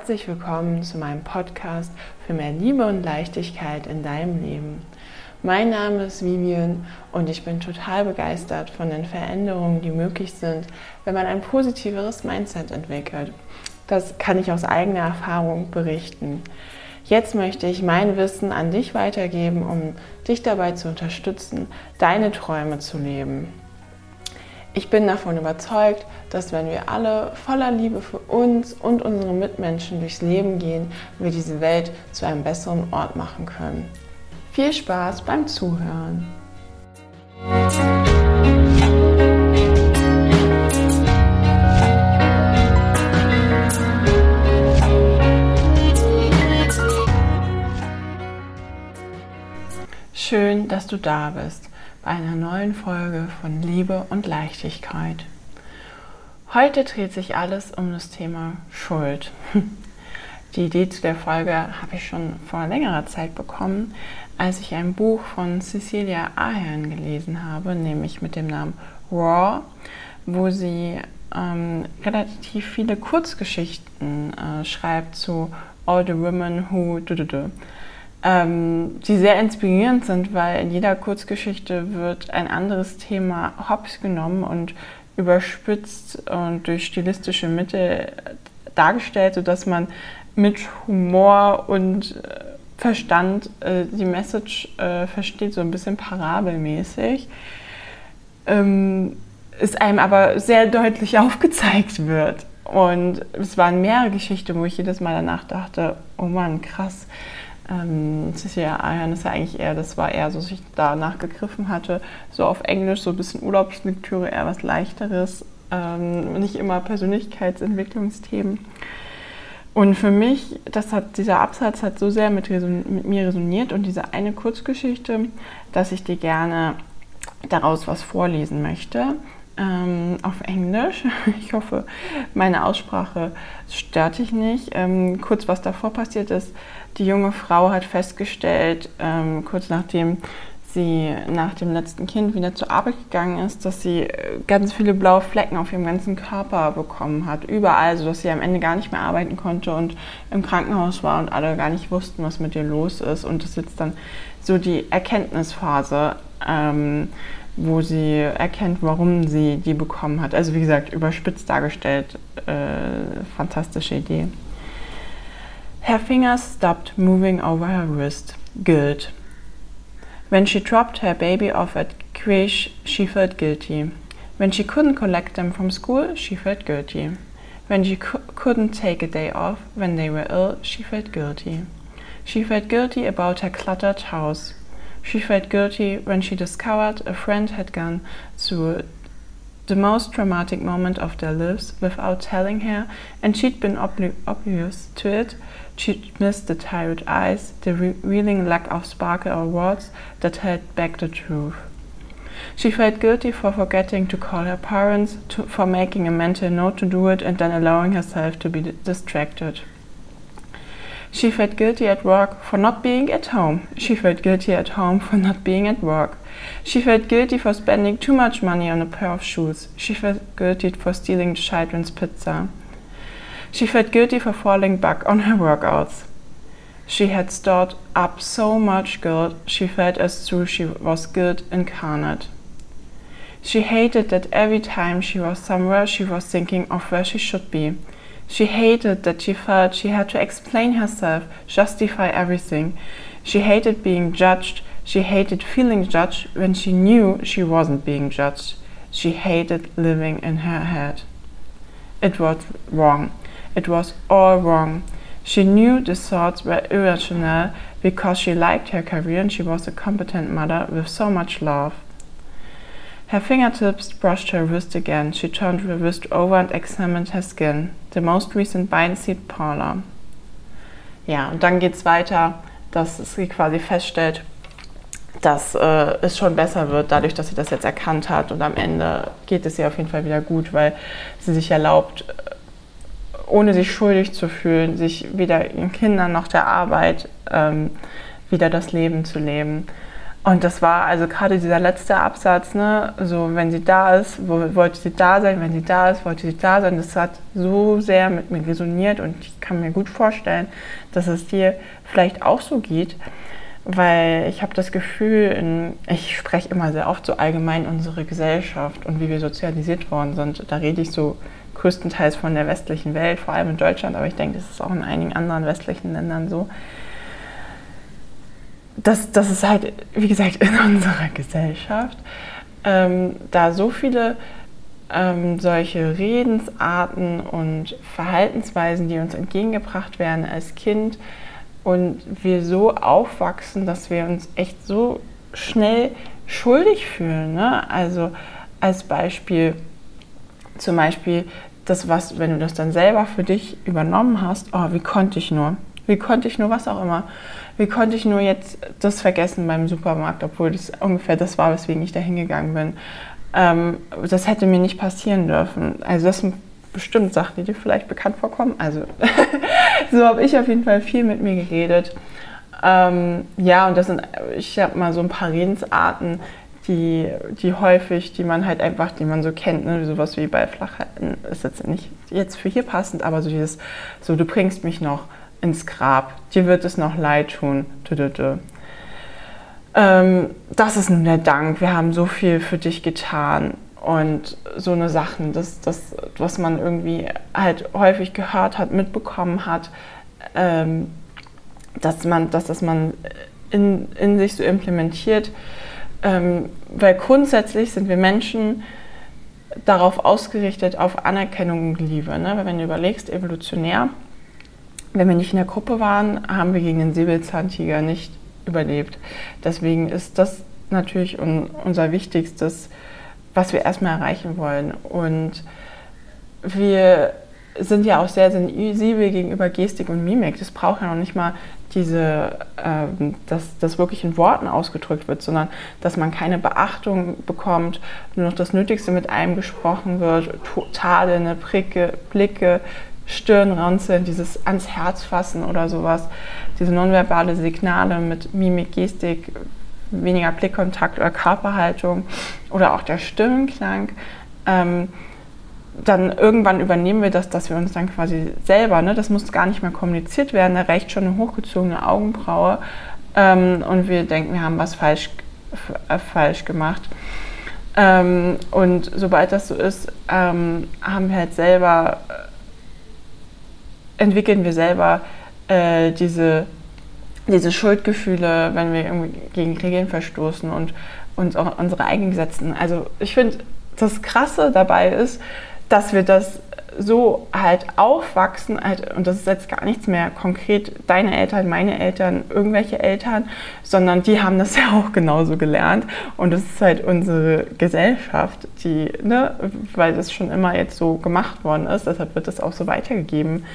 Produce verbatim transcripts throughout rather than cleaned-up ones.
herzlich willkommen zu meinem Podcast für mehr Liebe und Leichtigkeit in deinem Leben. Mein Name ist Vivian und ich bin total begeistert von den Veränderungen, die möglich sind, wenn man ein positiveres Mindset entwickelt. Das kann ich aus eigener Erfahrung berichten. Jetzt möchte ich mein Wissen an dich weitergeben, um dich dabei zu unterstützen, deine Träume zu leben. Ich bin davon überzeugt, dass wenn wir alle voller Liebe für uns und unsere Mitmenschen durchs Leben gehen, wir diese Welt zu einem besseren Ort machen können. Viel Spaß beim Zuhören! Schön, dass du da bist bei einer neuen Folge von Liebe und Leichtigkeit. Heute dreht sich alles um das Thema Schuld. Die Idee zu der Folge habe ich schon vor längerer Zeit bekommen, als ich ein Buch von Cecilia Ahern gelesen habe, nämlich mit dem Namen Raw, wo sie ähm, relativ viele Kurzgeschichten äh, schreibt zu All the Women Who... Du, du, du. Ähm, die sehr inspirierend sind, weil in jeder Kurzgeschichte wird ein anderes Thema hops genommen und überspitzt und durch stilistische Mittel dargestellt, sodass man mit Humor und äh, Verstand äh, die Message äh, versteht, so ein bisschen parabelmäßig, ähm, es einem aber sehr deutlich aufgezeigt wird. Und es waren mehrere Geschichten, wo ich jedes Mal danach dachte, oh Mann, krass. Ähm, Cecilia Ahern ist ja eigentlich eher, das war eher so, dass ich danach gegriffen hatte, so auf Englisch, so ein bisschen Urlaubslektüre, eher was Leichteres, ähm, nicht immer Persönlichkeitsentwicklungsthemen. Und für mich, das hat, dieser Absatz hat so sehr mit, mit mir resoniert und diese eine Kurzgeschichte, dass ich dir gerne daraus was vorlesen möchte. Ähm, auf Englisch. Ich hoffe, meine Aussprache stört dich nicht. Ähm, kurz, was davor passiert ist. Die junge Frau hat festgestellt, ähm, kurz nachdem sie nach dem letzten Kind wieder zur Arbeit gegangen ist, dass sie ganz viele blaue Flecken auf ihrem ganzen Körper bekommen hat. Überall, sodass sie am Ende gar nicht mehr arbeiten konnte und im Krankenhaus war und alle gar nicht wussten, was mit ihr los ist. Und das ist jetzt dann so die Erkenntnisphase, ähm, wo sie erkennt, warum sie die bekommen hat. Also wie gesagt, überspitzt dargestellt, äh, fantastische Idee. Her fingers stopped moving over her wrist. Guilt. When she dropped her baby off at creche, she felt guilty. When she couldn't collect them from school, she felt guilty. When she c- couldn't take a day off when they were ill, she felt guilty. She felt guilty about her cluttered house. She felt guilty when she discovered a friend had gone through the most traumatic moment of their lives without telling her, and she'd been obli- oblivious to it. She'd missed the tired eyes, the revealing lack of sparkle or words that held back the truth. She felt guilty for forgetting to call her parents, to, for making a mental note to do it and then allowing herself to be d- distracted. She felt guilty at work for not being at home. She felt guilty at home for not being at work. She felt guilty for spending too much money on a pair of shoes. She felt guilty for stealing the children's pizza. She felt guilty for falling back on her workouts. She had stored up so much guilt, she felt as though she was guilt incarnate. She hated that every time she was somewhere, she was thinking of where she should be. She hated that she felt she had to explain herself, justify everything. She hated being judged. She hated feeling judged when she knew she wasn't being judged. She hated living in her head. It was wrong. It was all wrong. She knew the thoughts were irrational because she liked her career and she was a competent mother with so much love. Her fingertips brushed her wrist again. She turned her wrist over and examined her skin. The most recent bite seemed paler. Ja, und dann geht es weiter, dass sie quasi feststellt, dass äh, es schon besser wird, dadurch, dass sie das jetzt erkannt hat. Und am Ende geht es ihr auf jeden Fall wieder gut, weil sie sich erlaubt, ohne sich schuldig zu fühlen, sich weder ihren Kindern noch der Arbeit ähm, wieder das Leben zu leben. Und das war also gerade dieser letzte Absatz, ne, so wenn sie da ist, wo, wollte sie da sein, wenn sie da ist, wollte sie da sein. Das hat so sehr mit mir resoniert und ich kann mir gut vorstellen, dass es dir vielleicht auch so geht, weil ich habe das Gefühl, in, ich spreche immer sehr oft so allgemein unsere Gesellschaft und wie wir sozialisiert worden sind. Da rede ich so größtenteils von der westlichen Welt, vor allem in Deutschland, aber ich denke, das ist auch in einigen anderen westlichen Ländern so. Dass, dass es halt, wie gesagt, in unserer Gesellschaft ähm, da so viele ähm, solche Redensarten und Verhaltensweisen, die uns entgegengebracht werden als Kind und wir so aufwachsen, dass wir uns echt so schnell schuldig fühlen. Ne? Also als Beispiel, zum Beispiel das, was, wenn du das dann selber für dich übernommen hast, oh, wie konnte ich nur? Wie konnte ich nur, was auch immer, wie konnte ich nur jetzt das vergessen beim Supermarkt, obwohl das ungefähr das war, weswegen ich da hingegangen bin. Ähm, das hätte mir nicht passieren dürfen. Also das sind bestimmt Sachen, die dir vielleicht bekannt vorkommen. Also so habe ich auf jeden Fall viel mit mir geredet. Ähm, ja, und das sind, ich habe mal so ein paar Redensarten, die, die häufig, die man halt einfach, die man so kennt, ne? Sowas wie bei Flachhalten, ist jetzt nicht jetzt für hier passend, aber so dieses, so du bringst mich noch ins Grab, dir wird es noch leid tun. Ähm, das ist nun der Dank, wir haben so viel für dich getan und so eine Sachen, das, das, was man irgendwie halt häufig gehört hat, mitbekommen hat, ähm, dass man, dass das man in, in sich so implementiert, ähm, weil grundsätzlich sind wir Menschen darauf ausgerichtet, auf Anerkennung und Liebe, ne? Weil wenn du überlegst, evolutionär, wenn wir nicht in der Gruppe waren, haben wir gegen den Säbelzahntiger nicht überlebt. Deswegen ist das natürlich un- unser Wichtigstes, was wir erstmal erreichen wollen. Und wir sind ja auch sehr sensibel gegenüber Gestik und Mimik. Das braucht ja noch nicht mal diese, ähm, dass das wirklich in Worten ausgedrückt wird, sondern dass man keine Beachtung bekommt, nur noch das Nötigste mit einem gesprochen wird, tadelnde Blicke, Blicke, Stirnrunzeln, dieses ans Herz fassen oder sowas, diese nonverbale Signale mit Mimik, Gestik, weniger Blickkontakt oder Körperhaltung oder auch der Stimmenklang. Ähm, dann irgendwann übernehmen wir das, dass wir uns dann quasi selber, ne, das muss gar nicht mehr kommuniziert werden, da reicht schon eine hochgezogene Augenbraue ähm, und wir denken, wir haben was falsch, äh, falsch gemacht. Ähm, und sobald das so ist, ähm, haben wir halt selber entwickeln wir selber äh, diese, diese Schuldgefühle, wenn wir irgendwie gegen Regeln verstoßen und uns auch unsere eigenen Gesetze. Also ich finde, das Krasse dabei ist, dass wir das so halt aufwachsen, halt, und das ist jetzt gar nichts mehr konkret deine Eltern, meine Eltern, irgendwelche Eltern, sondern die haben das ja auch genauso gelernt und das ist halt unsere Gesellschaft, die, ne, weil das schon immer jetzt so gemacht worden ist, deshalb wird das auch so weitergegeben,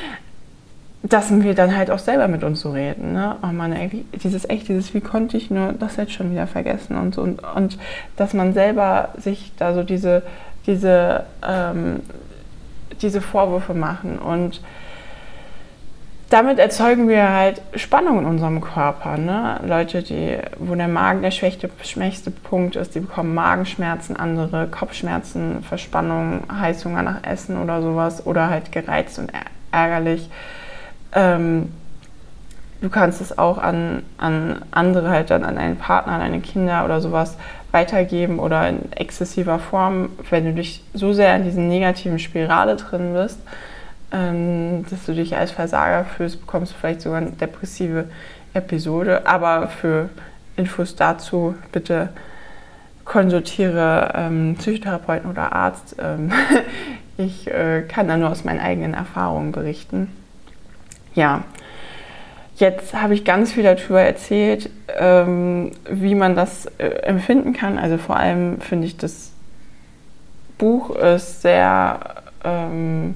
dass wir dann halt auch selber mit uns so reden, ne? Oh Mann, ey, dieses echt, dieses wie konnte ich nur das jetzt schon wieder vergessen und so und, und dass man selber sich da so diese diese ähm, diese Vorwürfe machen und damit erzeugen wir halt Spannung in unserem Körper, ne? Leute, die, wo der Magen der schwächste, schwächste Punkt ist, die bekommen Magenschmerzen, andere Kopfschmerzen, Verspannung, Heißhunger nach Essen oder sowas oder halt gereizt und ärgerlich. Ähm, du kannst es auch an, an andere, halt dann an einen Partner, an deine Kinder oder sowas weitergeben oder in exzessiver Form, wenn du dich so sehr in diesen negativen Spirale drin bist, ähm, dass du dich als Versager fühlst, bekommst du vielleicht sogar eine depressive Episode. Aber für Infos dazu bitte konsultiere ähm, Psychotherapeuten oder Arzt. Ähm, ich äh, kann da nur aus meinen eigenen Erfahrungen berichten. Ja, jetzt habe ich ganz viel darüber erzählt, ähm, wie man das äh, empfinden kann. Also vor allem finde ich, das Buch ist sehr, ähm,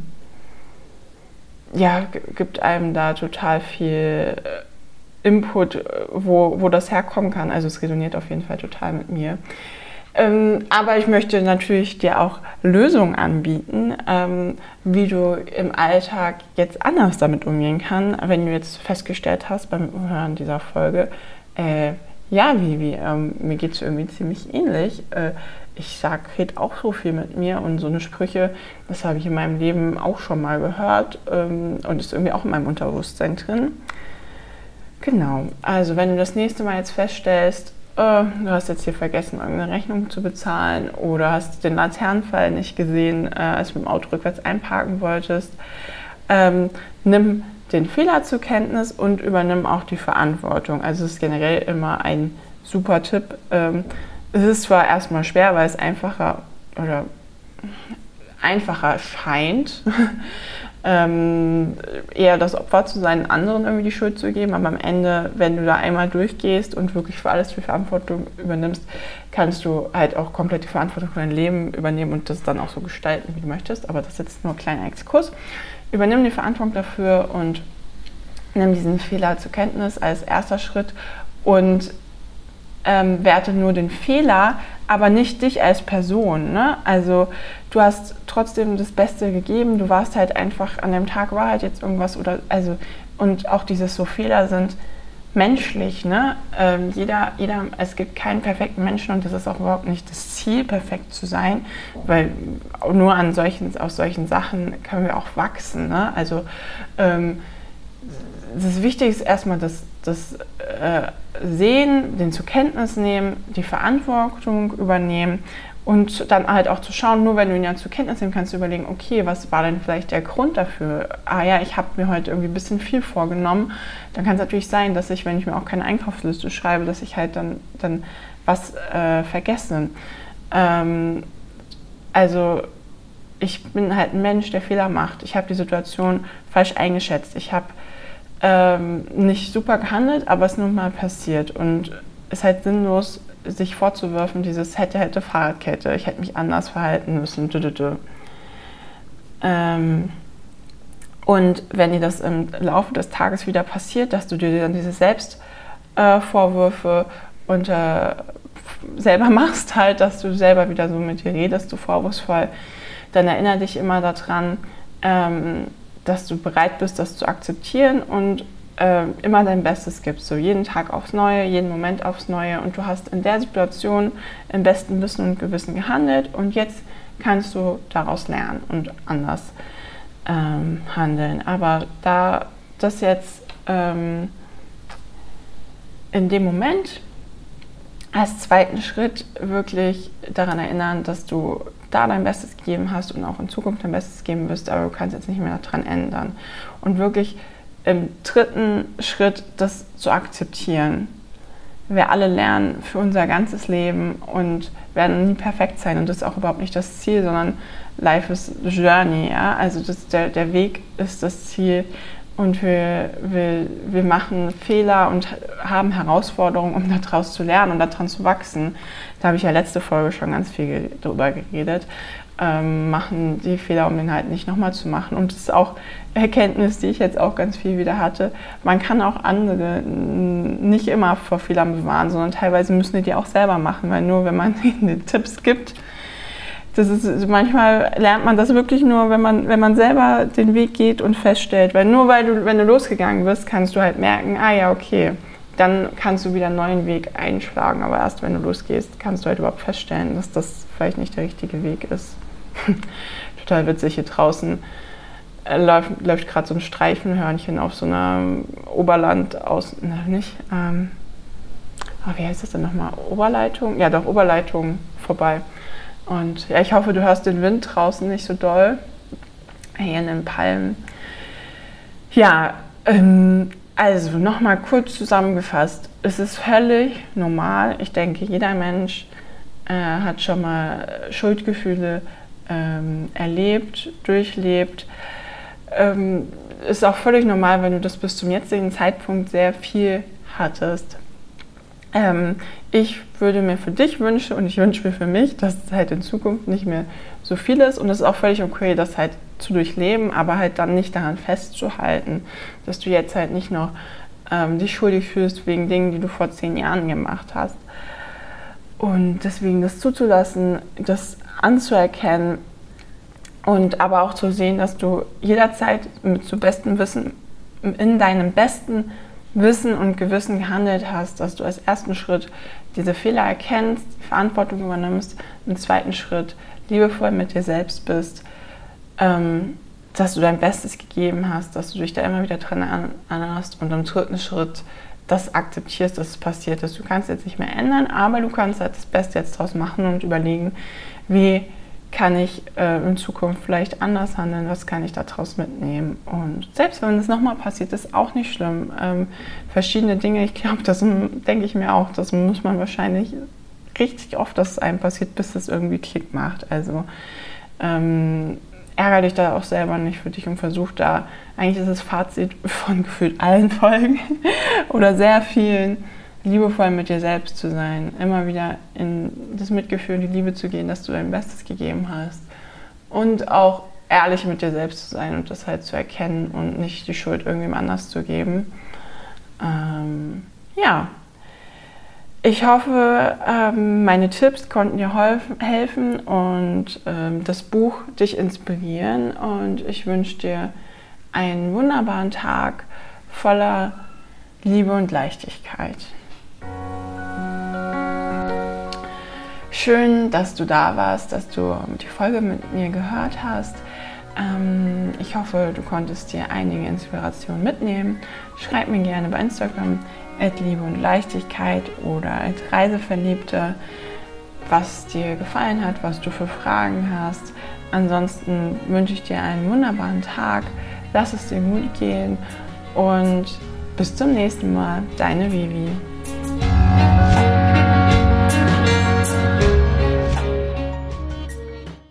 ja, g- gibt einem da total viel äh, Input, wo, wo das herkommen kann. Also es resoniert auf jeden Fall total mit mir. Ähm, aber ich möchte natürlich dir auch Lösungen anbieten, ähm, wie du im Alltag jetzt anders damit umgehen kannst, wenn du jetzt festgestellt hast beim Hören dieser Folge, äh, ja, wie, wie ähm, mir geht es irgendwie ziemlich ähnlich. Äh, ich sag, rede auch so viel mit mir und so eine Sprüche, das habe ich in meinem Leben auch schon mal gehört ähm, und ist irgendwie auch in meinem Unterbewusstsein drin. Genau, also wenn du das nächste Mal jetzt feststellst, äh, du hast jetzt hier vergessen, irgendeine Rechnung zu bezahlen oder hast den Laternenpfeil nicht gesehen, äh, als du mit dem Auto rückwärts einparken wolltest, ähm, nimm den Fehler zur Kenntnis und übernimm auch die Verantwortung. Also es ist generell immer ein super Tipp. Ähm, es ist zwar erstmal schwer, weil es einfacher oder einfacher scheint, ähm, eher das Opfer zu sein, anderen irgendwie die Schuld zu geben, aber am Ende, wenn du da einmal durchgehst und wirklich für alles die Verantwortung übernimmst, kannst du halt auch komplett die Verantwortung für dein Leben übernehmen und das dann auch so gestalten, wie du möchtest. Aber das ist jetzt nur ein kleiner Exkurs. Übernimm die Verantwortung dafür und nimm diesen Fehler zur Kenntnis als erster Schritt und ähm, werte nur den Fehler, aber nicht dich als Person. Ne? Also du hast trotzdem das Beste gegeben, du warst halt einfach, an dem Tag war halt jetzt irgendwas oder, also, und auch dieses so Fehler sind menschlich, ne? Ähm, jeder, jeder, es gibt keinen perfekten Menschen und das ist auch überhaupt nicht das Ziel, perfekt zu sein, weil nur an solchen, aus solchen Sachen können wir auch wachsen, ne? Also ähm, das Wichtige ist erstmal das, das äh, Sehen, den zur Kenntnis nehmen, die Verantwortung übernehmen und dann halt auch zu schauen, nur wenn du ihn ja zur Kenntnis nehmen kannst, du überlegen, okay, was war denn vielleicht der Grund dafür? Ah ja, ich habe mir heute irgendwie ein bisschen viel vorgenommen. Dann kann es natürlich sein, dass ich, wenn ich mir auch keine Einkaufsliste schreibe, dass ich halt dann, dann was äh, vergesse. Ähm, also ich bin halt ein Mensch, der Fehler macht. Ich habe die Situation falsch eingeschätzt. Ich habe ähm, nicht super gehandelt, aber es ist nun mal passiert. Und es ist halt sinnlos, sich vorzuwerfen, dieses hätte, hätte, Fahrradkette, ich hätte mich anders verhalten müssen. Ähm, und wenn dir das im Laufe des Tages wieder passiert, dass du dir dann diese Selbstvorwürfe äh, und äh, selber machst, halt, dass du selber wieder so mit dir redest, du vorwurfsvoll, dann erinnere dich immer daran, ähm, dass du bereit bist, das zu akzeptieren und äh, immer dein Bestes gibst, so jeden Tag aufs Neue, jeden Moment aufs Neue und du hast in der Situation im besten Wissen und Gewissen gehandelt und jetzt kannst du daraus lernen und anders ähm, handeln. Aber da das jetzt ähm, in dem Moment als zweiten Schritt wirklich daran erinnern, dass du da dein Bestes gegeben hast und auch in Zukunft dein Bestes geben wirst, aber du kannst jetzt nicht mehr daran ändern. Und wirklich im dritten Schritt das zu akzeptieren. Wir alle lernen für unser ganzes Leben und werden nie perfekt sein und das ist auch überhaupt nicht das Ziel, sondern Life is the journey, ja? Also das, der, der Weg ist das Ziel und wir, wir, wir machen Fehler und haben Herausforderungen, um daraus zu lernen und daran zu wachsen. Da habe ich ja letzte Folge schon ganz viel drüber geredet. Ähm, machen die Fehler, um den halt nicht nochmal zu machen. Und das ist auch Erkenntnis, die ich jetzt auch ganz viel wieder hatte. Man kann auch andere nicht immer vor Fehlern bewahren, sondern teilweise müssen die die auch selber machen, weil nur wenn man ihnen Tipps gibt, das ist, manchmal lernt man das wirklich nur, wenn man, wenn man selber den Weg geht und feststellt, weil nur weil du, wenn du losgegangen bist, kannst du halt merken, ah ja, okay, dann kannst du wieder einen neuen Weg einschlagen, aber erst wenn du losgehst, kannst du halt überhaupt feststellen, dass das vielleicht nicht der richtige Weg ist. Total witzig, hier draußen äh, läuft, läuft gerade so ein Streifenhörnchen auf so einer Oberland aus, na, nicht, ähm, oh, wie heißt das denn nochmal, Oberleitung? Ja doch, Oberleitung vorbei. Und ja, ich hoffe, du hörst den Wind draußen nicht so doll, hier in den Palmen. Ja, ähm, also nochmal kurz zusammengefasst, es ist völlig normal, ich denke, jeder Mensch äh, hat schon mal Schuldgefühle ähm, erlebt, durchlebt. Ähm, ist auch völlig normal, wenn du das bis zum jetzigen Zeitpunkt sehr viel hattest. Ähm, ich würde mir für dich wünschen und ich wünsche mir für mich, dass es halt in Zukunft nicht mehr so viel ist und es ist auch völlig okay, das halt zu durchleben, aber halt dann nicht daran festzuhalten, dass du jetzt halt nicht noch ähm, dich schuldig fühlst wegen Dingen, die du vor zehn Jahren gemacht hast. Und deswegen das zuzulassen, das anzuerkennen und aber auch zu sehen, dass du jederzeit mit zu bestem Wissen in deinem besten Wissen und Gewissen gehandelt hast, dass du als ersten Schritt diese Fehler erkennst, Verantwortung übernimmst, im zweiten Schritt liebevoll mit dir selbst bist, ähm, dass du dein Bestes gegeben hast, dass du dich da immer wieder dran erinnerst und im dritten Schritt das akzeptierst, dass es passiert ist. Du kannst jetzt nicht mehr ändern, aber du kannst halt das Beste jetzt draus machen und überlegen, wie kann ich äh, in Zukunft vielleicht anders handeln, was kann ich daraus mitnehmen. Und selbst wenn es nochmal passiert, ist auch nicht schlimm. Ähm, verschiedene Dinge, ich glaube, das denke ich mir auch, das muss man wahrscheinlich richtig oft, dass es einem passiert, bis es irgendwie Klick macht. Also ähm, ärgere dich da auch selber nicht für dich und versuch da, eigentlich ist das Fazit von gefühlt allen Folgen oder sehr vielen, liebevoll mit dir selbst zu sein, immer wieder in das Mitgefühl und die Liebe zu gehen, dass du dein Bestes gegeben hast und auch ehrlich mit dir selbst zu sein und das halt zu erkennen und nicht die Schuld irgendwem anders zu geben. Ähm, ja, ich hoffe, ähm, meine Tipps konnten dir helfen und ähm, das Buch dich inspirieren und ich wünsche dir einen wunderbaren Tag voller Liebe und Leichtigkeit. Schön, dass du da warst, dass du die Folge mit mir gehört hast. Ähm, ich hoffe, du konntest dir einige Inspirationen mitnehmen. Schreib mir gerne bei Instagram at Liebe und Leichtigkeit oder at Reiseverliebte, was dir gefallen hat, was du für Fragen hast. Ansonsten wünsche ich dir einen wunderbaren Tag. Lass es dir gut gehen und bis zum nächsten Mal. Deine Vivi.